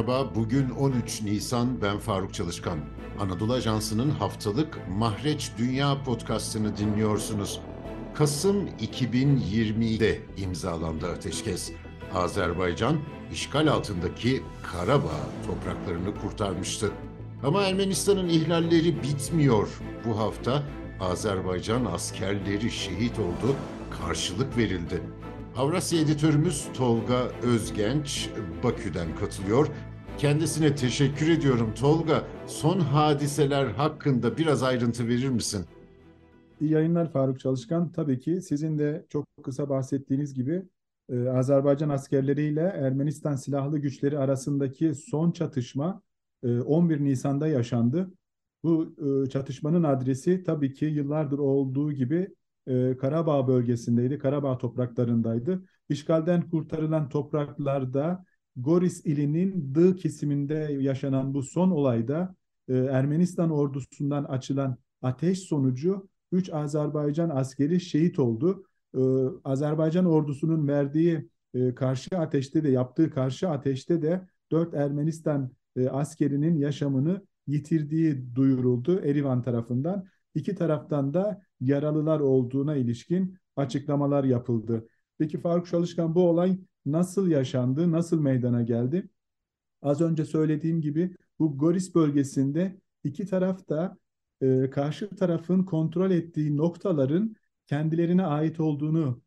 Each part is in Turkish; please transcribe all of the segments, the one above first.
Merhaba, bugün 13 Nisan, ben Faruk Çalışkan. Anadolu Ajansı'nın haftalık Mahreç Dünya podcastını dinliyorsunuz. Kasım 2020'de imzalandı ateşkes. Azerbaycan, işgal altındaki Karabağ topraklarını kurtarmıştı. Ama Ermenistan'ın ihlalleri bitmiyor. Bu hafta Azerbaycan askerleri şehit oldu, karşılık verildi. Avrasya editörümüz Tolga Özgenç Bakü'den katılıyor. Kendisine teşekkür ediyorum Tolga. Son hadiseler hakkında biraz ayrıntı verir misin? İyi yayınlar Faruk Çalışkan. Tabii ki sizin de çok kısa bahsettiğiniz gibi Azerbaycan askerleriyle Ermenistan silahlı güçleri arasındaki son çatışma 11 Nisan'da yaşandı. Bu çatışmanın adresi tabii ki yıllardır olduğu gibi Karabağ bölgesindeydi, Karabağ topraklarındaydı. İşgalden kurtarılan topraklarda Goris ilinin Dı kesiminde yaşanan bu son olayda Ermenistan ordusundan açılan ateş sonucu 3 Azerbaycan askeri şehit oldu. Azerbaycan ordusunun verdiği karşı ateşte de yaptığı karşı ateşte de 4 Ermenistan askerinin yaşamını yitirdiği duyuruldu Erivan tarafından. İki taraftan da yaralılar olduğuna ilişkin açıklamalar yapıldı. Peki Faruk Çalışkan, bu olay nasıl yaşandı, nasıl meydana geldi? Az önce söylediğim gibi bu Goris bölgesinde iki taraf da karşı tarafın kontrol ettiği noktaların kendilerine ait olduğunu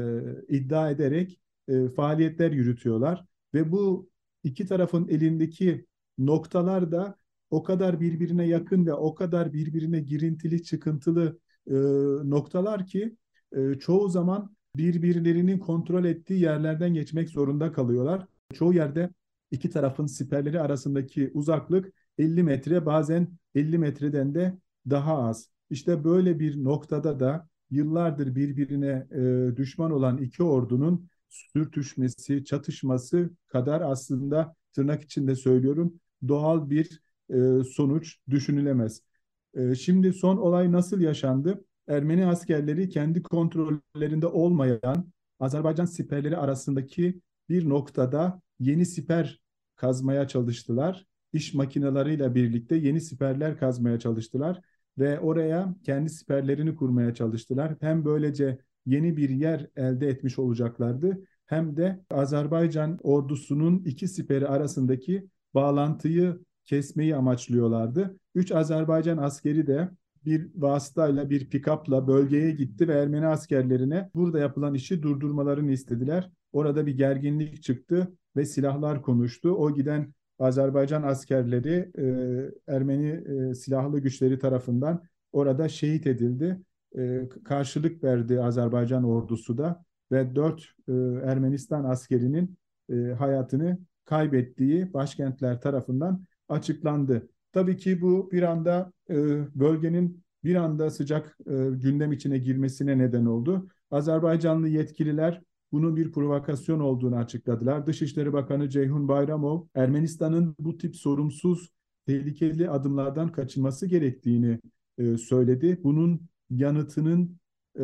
iddia ederek faaliyetler yürütüyorlar. Ve bu iki tarafın elindeki noktalar da o kadar birbirine yakın ve o kadar birbirine girintili, çıkıntılı e, noktalar ki çoğu zaman birbirlerinin kontrol ettiği yerlerden geçmek zorunda kalıyorlar. Çoğu yerde iki tarafın siperleri arasındaki uzaklık 50 metre, bazen 50 metreden de daha az. İşte böyle bir noktada da yıllardır birbirine düşman olan iki ordunun sürtüşmesi, çatışması kadar aslında tırnak içinde söylüyorum doğal bir sonuç düşünülemez. Şimdi son olay nasıl yaşandı? Ermeni askerleri kendi kontrollerinde olmayan Azerbaycan siperleri arasındaki bir noktada yeni siper kazmaya çalıştılar. İş makineleriyle birlikte yeni siperler kazmaya çalıştılar ve oraya kendi siperlerini kurmaya çalıştılar. Hem böylece yeni bir yer elde etmiş olacaklardı, hem de Azerbaycan ordusunun iki siperi arasındaki bağlantıyı kesmeyi amaçlıyorlardı. Üç Azerbaycan askeri de bir vasıtayla, bir pikapla bölgeye gitti ve Ermeni askerlerine burada yapılan işi durdurmalarını istediler. Orada bir gerginlik çıktı ve silahlar konuştu. O giden Azerbaycan askerleri Ermeni silahlı güçleri tarafından orada şehit edildi. Karşılık verdi Azerbaycan ordusu da ve 4 Ermenistan askerinin hayatını kaybettiği başkentler tarafından açıklandı. Tabii ki bu bir anda bölgenin bir anda sıcak gündem içine girmesine neden oldu. Azerbaycanlı yetkililer bunun bir provokasyon olduğunu açıkladılar. Dışişleri Bakanı Ceyhun Bayramov, Ermenistan'ın bu tip sorumsuz, tehlikeli adımlardan kaçınması gerektiğini söyledi. Bunun yanıtının e,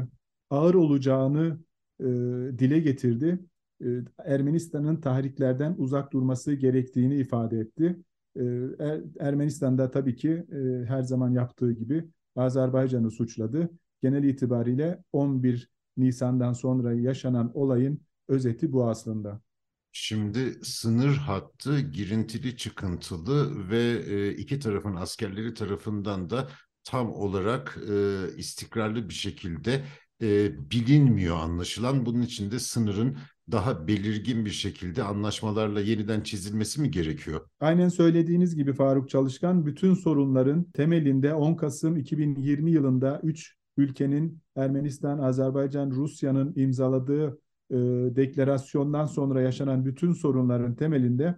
ağır olacağını e, dile getirdi. Ermenistan'ın tahriklerden uzak durması gerektiğini ifade etti. Ermenistan'da tabii ki her zaman yaptığı gibi Azerbaycan'ı suçladı. Genel itibariyle 11 Nisan'dan sonra yaşanan olayın özeti bu aslında. Şimdi sınır hattı girintili çıkıntılı ve iki tarafın askerleri tarafından da tam olarak istikrarlı bir şekilde bilinmiyor anlaşılan. Bunun için de sınırın daha belirgin bir şekilde anlaşmalarla yeniden çizilmesi mi gerekiyor? Aynen söylediğiniz gibi Faruk Çalışkan, bütün sorunların temelinde 10 Kasım 2020 yılında 3 ülkenin, Ermenistan, Azerbaycan, Rusya'nın imzaladığı deklarasyondan sonra yaşanan bütün sorunların temelinde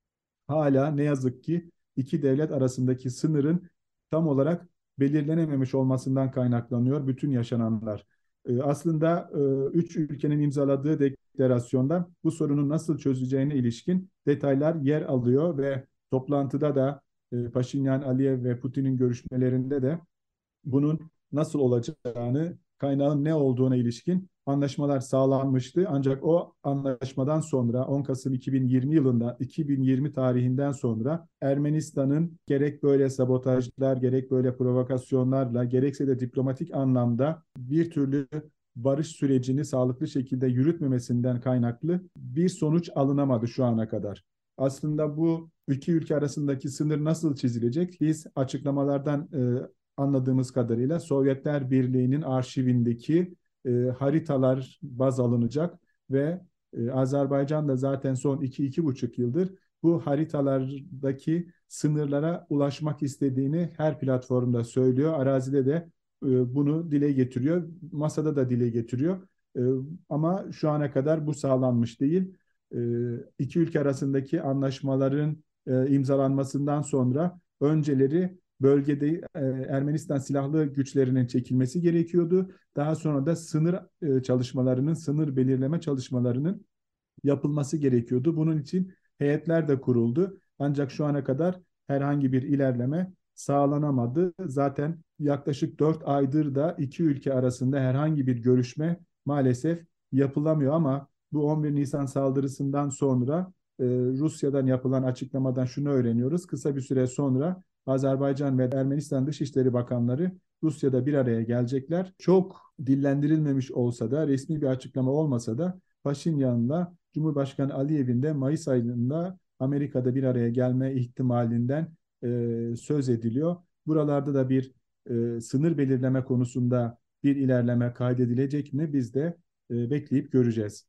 hala ne yazık ki iki devlet arasındaki sınırın tam olarak belirlenememiş olmasından kaynaklanıyor bütün yaşananlar. Aslında üç ülkenin imzaladığı deklarasyonda bu sorunun nasıl çözüleceğine ilişkin detaylar yer alıyor ve toplantıda da Paşinyan, Aliyev ve Putin'in görüşmelerinde de bunun nasıl olacağını, kaynağın ne olduğuna ilişkin anlaşmalar sağlanmıştı. Ancak o anlaşmadan sonra 10 Kasım 2020 yılında 2020 tarihinden sonra Ermenistan'ın gerek böyle sabotajlar, gerek böyle provokasyonlarla, gerekse de diplomatik anlamda bir türlü barış sürecini sağlıklı şekilde yürütmemesinden kaynaklı bir sonuç alınamadı şu ana kadar. Aslında bu iki ülke arasındaki sınır nasıl çizilecek? Biz açıklamalardan anladığımız kadarıyla Sovyetler Birliği'nin arşivindeki haritalar baz alınacak ve Azerbaycan da zaten son 2-2,5 yıldır bu haritalardaki sınırlara ulaşmak istediğini her platformda söylüyor. Arazide de bunu dile getiriyor. Masada da dile getiriyor. E, Ama şu ana kadar bu sağlanmış değil. İki ülke arasındaki anlaşmaların imzalanmasından sonra önceleri bölgede Ermenistan silahlı güçlerinin çekilmesi gerekiyordu. Daha sonra da sınır çalışmalarının, sınır belirleme çalışmalarının yapılması gerekiyordu. Bunun için heyetler de kuruldu. Ancak şu ana kadar herhangi bir ilerleme sağlanamadı. Zaten yaklaşık 4 aydır da iki ülke arasında herhangi bir görüşme maalesef yapılamıyor ama bu 11 Nisan saldırısından sonra Rusya'dan yapılan açıklamadan şunu öğreniyoruz. Kısa bir süre sonra Azerbaycan ve Ermenistan Dışişleri Bakanları Rusya'da bir araya gelecekler. Çok dillendirilmemiş olsa da, resmi bir açıklama olmasa da Paşinyan'la Cumhurbaşkanı Aliyev'in de Mayıs ayında Amerika'da bir araya gelme ihtimalinden söz ediliyor. Buralarda da bir sınır belirleme konusunda bir ilerleme kaydedilecek mi? Biz de bekleyip göreceğiz.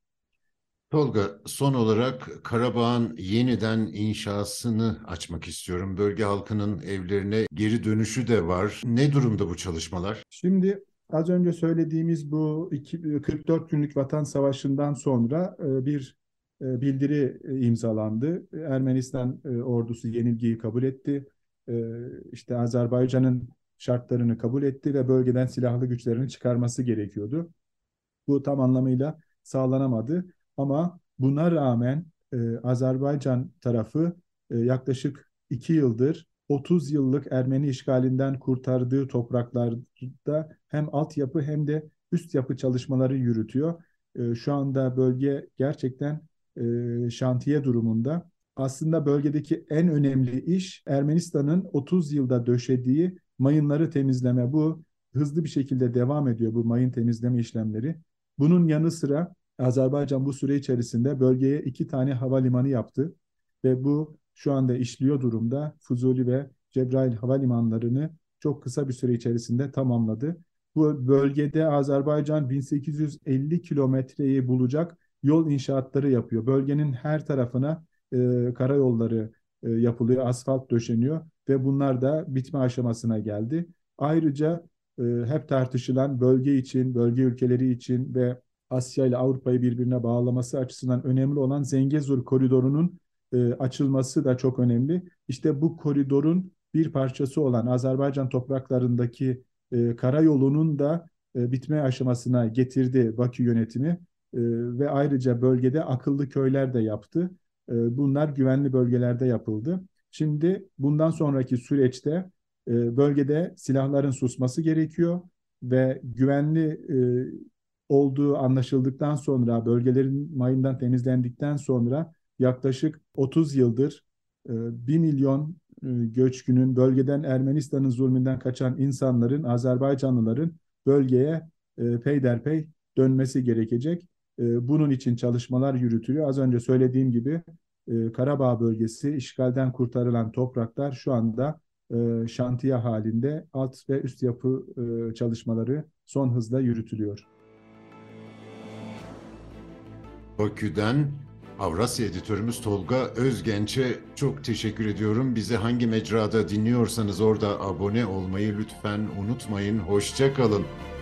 Tolga, son olarak Karabağ'ın yeniden inşasını açmak istiyorum. Bölge halkının evlerine geri dönüşü de var. Ne durumda bu çalışmalar? Şimdi az önce söylediğimiz bu 44 günlük Vatan Savaşı'ndan sonra bir bildiri imzalandı. Ermenistan ordusu yenilgiyi kabul etti. İşte Azerbaycan'ın şartlarını kabul etti ve bölgeden silahlı güçlerini çıkarması gerekiyordu. Bu tam anlamıyla sağlanamadı. Ama buna rağmen Azerbaycan tarafı yaklaşık 2 yıldır 30 yıllık Ermeni işgalinden kurtardığı topraklarda hem altyapı hem de üst yapı çalışmaları yürütüyor. Şu anda bölge gerçekten şantiye durumunda. Aslında bölgedeki en önemli iş Ermenistan'ın 30 yılda döşediği mayınları temizleme. Bu hızlı bir şekilde devam ediyor bu mayın temizleme işlemleri. Bunun yanı sıra Azerbaycan bu süre içerisinde bölgeye 2 tane havalimanı yaptı ve bu şu anda işliyor durumda. Fuzuli ve Cebrail havalimanlarını çok kısa bir süre içerisinde tamamladı. Bu bölgede Azerbaycan 1850 kilometreyi bulacak yol inşaatları yapıyor. Bölgenin her tarafına karayolları yapılıyor, asfalt döşeniyor ve bunlar da bitme aşamasına geldi. Ayrıca hep tartışılan bölge için, bölge ülkeleri için ve Asya ile Avrupa'yı birbirine bağlaması açısından önemli olan Zengezur koridorunun açılması da çok önemli. İşte bu koridorun bir parçası olan Azerbaycan topraklarındaki karayolunun da bitme aşamasına getirdi Bakü yönetimi ve ayrıca bölgede akıllı köyler de yaptı. Bunlar güvenli bölgelerde yapıldı. Şimdi bundan sonraki süreçte bölgede silahların susması gerekiyor ve güvenli olduğu anlaşıldıktan sonra, bölgelerin mayından temizlendikten sonra yaklaşık 30 yıldır 1 milyon göçkünün, bölgeden Ermenistan'ın zulmünden kaçan insanların, Azerbaycanlıların bölgeye peyderpey dönmesi gerekecek. Bunun için çalışmalar yürütülüyor. Az önce söylediğim gibi Karabağ bölgesi, işgalden kurtarılan topraklar şu anda şantiye halinde, alt ve üst yapı çalışmaları son hızla yürütülüyor. Bakü'den Avrasya editörümüz Tolga Özgenç'e çok teşekkür ediyorum. Bizi hangi mecrada dinliyorsanız orada abone olmayı lütfen unutmayın. Hoşça kalın.